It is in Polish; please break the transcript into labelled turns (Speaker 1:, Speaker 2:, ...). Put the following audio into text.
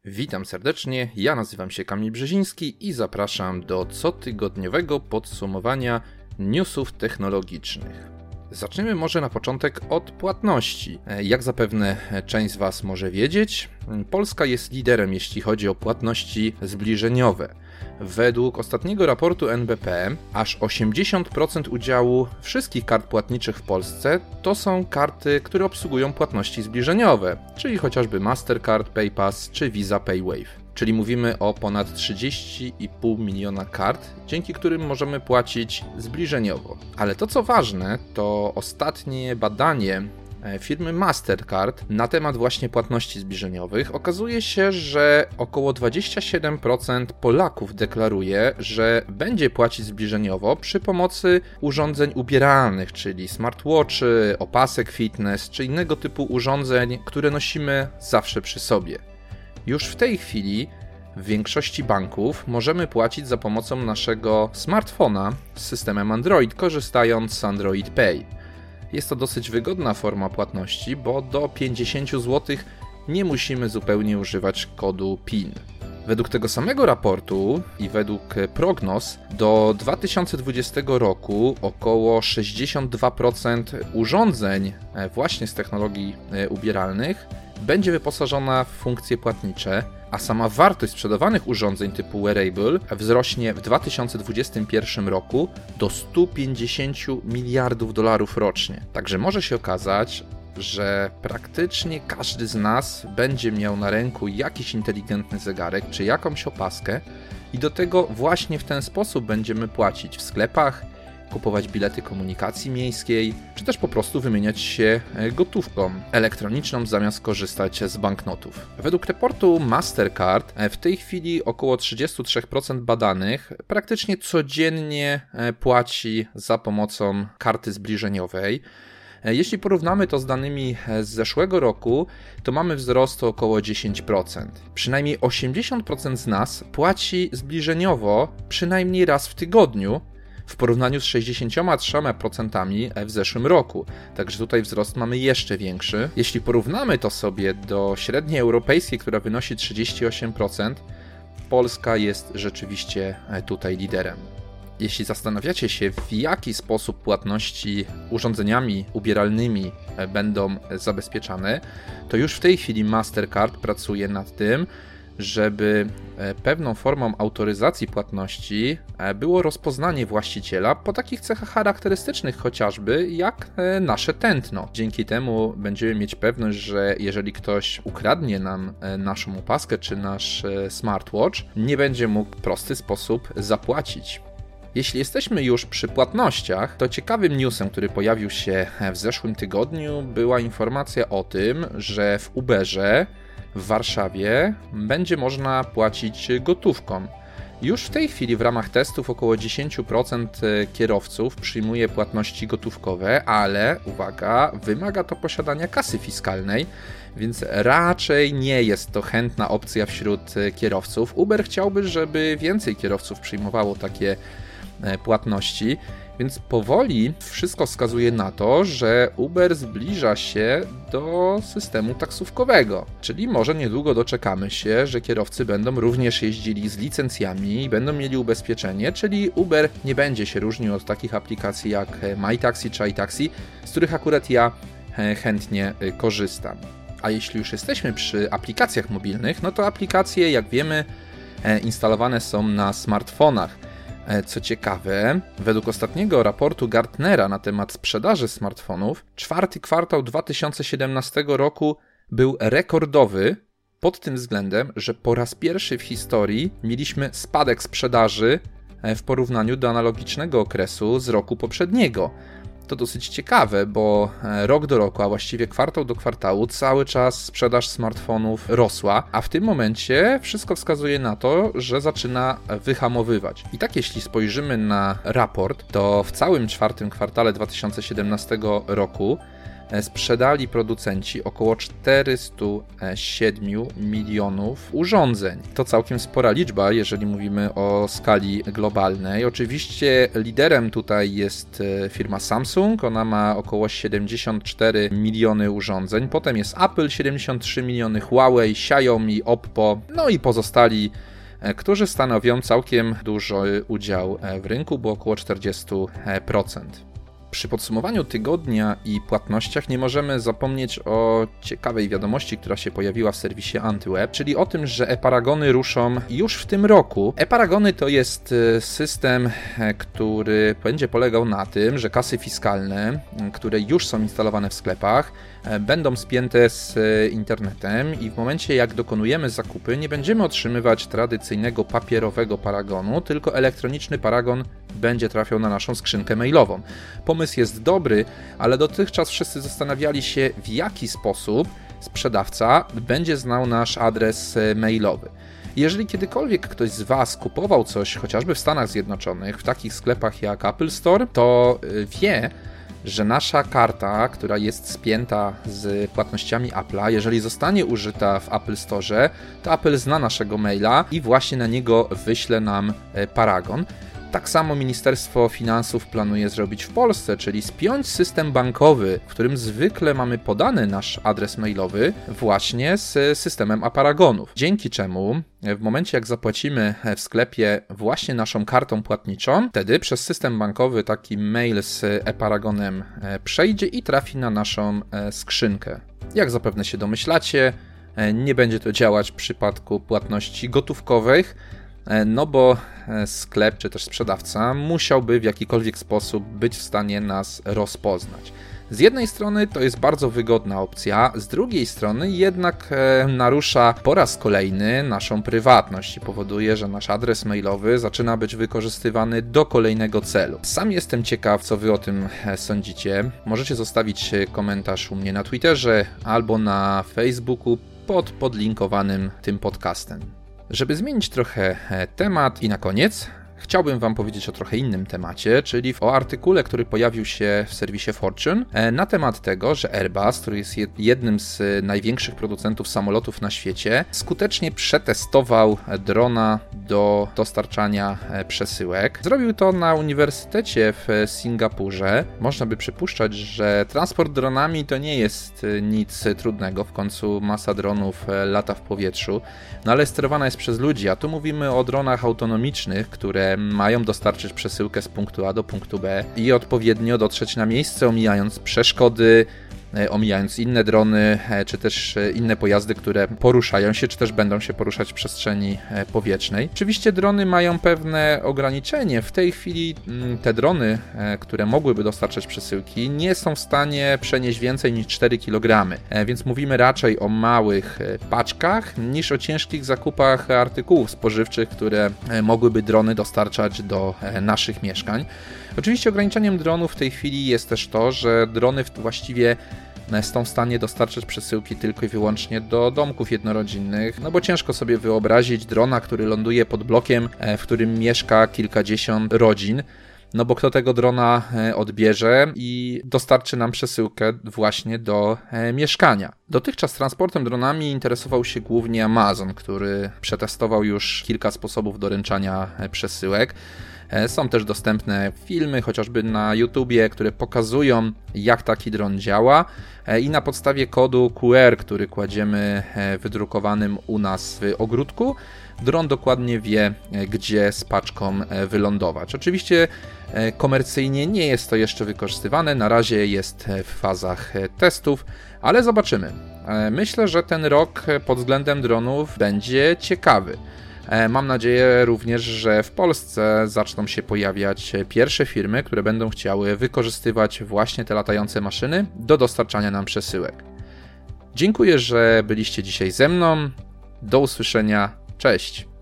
Speaker 1: Witam serdecznie, ja nazywam się Kamil Brzeziński i zapraszam do cotygodniowego podsumowania newsów technologicznych. Zaczniemy może na początek od płatności. Jak zapewne część z Was może wiedzieć, Polska jest liderem, jeśli chodzi o płatności zbliżeniowe. Według ostatniego raportu NBP aż 80% udziału wszystkich kart płatniczych w Polsce to są karty, które obsługują płatności zbliżeniowe, czyli chociażby Mastercard, PayPass czy Visa PayWave. Czyli mówimy o ponad 30,5 miliona kart, dzięki którym możemy płacić zbliżeniowo. Ale to co ważne, to ostatnie badanie firmy Mastercard na temat właśnie płatności zbliżeniowych. Okazuje się, że około 27% Polaków deklaruje, że będzie płacić zbliżeniowo przy pomocy urządzeń ubieralnych, czyli smartwatchy, opasek fitness czy innego typu urządzeń, które nosimy zawsze przy sobie. Już w tej chwili w większości banków możemy płacić za pomocą naszego smartfona z systemem Android, korzystając z Android Pay. Jest to dosyć wygodna forma płatności, bo do 50 zł nie musimy zupełnie używać kodu PIN. Według tego samego raportu i według prognoz do 2020 roku około 62% urządzeń właśnie z technologii ubieralnych będzie wyposażona w funkcje płatnicze, a sama wartość sprzedawanych urządzeń typu wearable wzrośnie w 2021 roku do 150 miliardów dolarów rocznie. Także może się okazać, że praktycznie każdy z nas będzie miał na ręku jakiś inteligentny zegarek czy jakąś opaskę i do tego właśnie w ten sposób będziemy płacić w sklepach, kupować bilety komunikacji miejskiej, czy też po prostu wymieniać się gotówką elektroniczną zamiast korzystać z banknotów. Według raportu Mastercard w tej chwili około 33% badanych praktycznie codziennie płaci za pomocą karty zbliżeniowej. Jeśli porównamy to z danymi z zeszłego roku, to mamy wzrost o około 10%. Przynajmniej 80% z nas płaci zbliżeniowo przynajmniej raz w tygodniu, w porównaniu z 63% w zeszłym roku. Także tutaj wzrost mamy jeszcze większy. Jeśli porównamy to sobie do średniej europejskiej, która wynosi 38%, Polska jest rzeczywiście tutaj liderem. Jeśli zastanawiacie się, w jaki sposób płatności urządzeniami ubieralnymi będą zabezpieczane, to już w tej chwili Mastercard pracuje nad tym, żeby pewną formą autoryzacji płatności było rozpoznanie właściciela po takich cechach charakterystycznych chociażby jak nasze tętno. Dzięki temu będziemy mieć pewność, że jeżeli ktoś ukradnie nam naszą opaskę czy nasz smartwatch, nie będzie mógł w prosty sposób zapłacić. Jeśli jesteśmy już przy płatnościach, to ciekawym newsem, który pojawił się w zeszłym tygodniu, była informacja o tym, że w Uberze w Warszawie będzie można płacić gotówką. Już w tej chwili w ramach testów około 10% kierowców przyjmuje płatności gotówkowe, ale uwaga, wymaga to posiadania kasy fiskalnej, więc raczej nie jest to chętna opcja wśród kierowców. Uber chciałby, żeby więcej kierowców przyjmowało takie płatności, więc powoli wszystko wskazuje na to, że Uber zbliża się do systemu taksówkowego, czyli może niedługo doczekamy się, że kierowcy będą również jeździli z licencjami i będą mieli ubezpieczenie, czyli Uber nie będzie się różnił od takich aplikacji jak MyTaxi czy iTaxi, z których akurat ja chętnie korzystam. A jeśli już jesteśmy przy aplikacjach mobilnych, no to aplikacje, jak wiemy, instalowane są na smartfonach. Co ciekawe, według ostatniego raportu Gartnera na temat sprzedaży smartfonów, czwarty kwartał 2017 roku był rekordowy pod tym względem, że po raz pierwszy w historii mieliśmy spadek sprzedaży w porównaniu do analogicznego okresu z roku poprzedniego. To dosyć ciekawe, bo rok do roku, a właściwie kwartał do kwartału cały czas sprzedaż smartfonów rosła, a w tym momencie wszystko wskazuje na to, że zaczyna wyhamowywać. I tak jeśli spojrzymy na raport, to w całym czwartym kwartale 2017 roku sprzedali producenci około 407 milionów urządzeń. To całkiem spora liczba, jeżeli mówimy o skali globalnej. Oczywiście liderem tutaj jest firma Samsung, ona ma około 74 miliony urządzeń. Potem jest Apple, 73 miliony, Huawei, Xiaomi, Oppo, no i pozostali, którzy stanowią całkiem duży udział w rynku, bo około 40%. Przy podsumowaniu tygodnia i płatnościach nie możemy zapomnieć o ciekawej wiadomości, która się pojawiła w serwisie AntyWeb, czyli o tym, że e-paragony ruszą już w tym roku. E-paragony to jest system, który będzie polegał na tym, że kasy fiskalne, które już są instalowane w sklepach, będą spięte z internetem i w momencie jak dokonujemy zakupy, nie będziemy otrzymywać tradycyjnego papierowego paragonu, tylko elektroniczny paragon będzie trafiał na naszą skrzynkę mailową. Pomysł jest dobry, ale dotychczas wszyscy zastanawiali się, w jaki sposób sprzedawca będzie znał nasz adres mailowy. Jeżeli kiedykolwiek ktoś z Was kupował coś, chociażby w Stanach Zjednoczonych, w takich sklepach jak Apple Store, to wie, że nasza karta, która jest spięta z płatnościami Apple'a, jeżeli zostanie użyta w Apple Store, to Apple zna naszego maila i właśnie na niego wyśle nam paragon. Tak samo Ministerstwo Finansów planuje zrobić w Polsce, czyli spiąć system bankowy, w którym zwykle mamy podany nasz adres mailowy, właśnie z systemem e-paragonów. Dzięki czemu w momencie jak zapłacimy w sklepie właśnie naszą kartą płatniczą, wtedy przez system bankowy taki mail z e-paragonem przejdzie i trafi na naszą skrzynkę. Jak zapewne się domyślacie, nie będzie to działać w przypadku płatności gotówkowych, no bo sklep czy też sprzedawca musiałby w jakikolwiek sposób być w stanie nas rozpoznać. Z jednej strony to jest bardzo wygodna opcja, z drugiej strony jednak narusza po raz kolejny naszą prywatność i powoduje, że nasz adres mailowy zaczyna być wykorzystywany do kolejnego celu. Sam jestem ciekaw, co Wy o tym sądzicie. Możecie zostawić komentarz u mnie na Twitterze albo na Facebooku pod podlinkowanym tym podcastem. Żeby zmienić trochę temat i na koniec chciałbym Wam powiedzieć o trochę innym temacie, czyli o artykule, który pojawił się w serwisie Fortune na temat tego, że Airbus, który jest jednym z największych producentów samolotów na świecie, skutecznie przetestował drona do dostarczania przesyłek. Zrobił to na uniwersytecie w Singapurze. Można by przypuszczać, że transport dronami to nie jest nic trudnego, w końcu masa dronów lata w powietrzu, no ale sterowana jest przez ludzi, a tu mówimy o dronach autonomicznych, które mają dostarczyć przesyłkę z punktu A do punktu B i odpowiednio dotrzeć na miejsce, omijając przeszkody, omijając inne drony, czy też inne pojazdy, które poruszają się, czy też będą się poruszać w przestrzeni powietrznej. Oczywiście drony mają pewne ograniczenie. W tej chwili te drony, które mogłyby dostarczać przesyłki, nie są w stanie przenieść więcej niż 4 kg, więc mówimy raczej o małych paczkach niż o ciężkich zakupach artykułów spożywczych, które mogłyby drony dostarczać do naszych mieszkań. Oczywiście ograniczeniem dronów w tej chwili jest też to, że drony właściwie są w stanie dostarczać przesyłki tylko i wyłącznie do domków jednorodzinnych, no bo ciężko sobie wyobrazić drona, który ląduje pod blokiem, w którym mieszka kilkadziesiąt rodzin, no bo kto tego drona odbierze i dostarczy nam przesyłkę właśnie do mieszkania. Dotychczas transportem dronami interesował się głównie Amazon, który przetestował już kilka sposobów doręczania przesyłek. Są też dostępne filmy, chociażby na YouTubie, które pokazują, jak taki dron działa i na podstawie kodu QR, który kładziemy wydrukowanym u nas w ogródku, dron dokładnie wie, gdzie z paczką wylądować. Oczywiście komercyjnie nie jest to jeszcze wykorzystywane, na razie jest w fazach testów, ale zobaczymy. Myślę, że ten rok pod względem dronów będzie ciekawy. Mam nadzieję również, że w Polsce zaczną się pojawiać pierwsze firmy, które będą chciały wykorzystywać właśnie te latające maszyny do dostarczania nam przesyłek. Dziękuję, że byliście dzisiaj ze mną. Do usłyszenia. Cześć!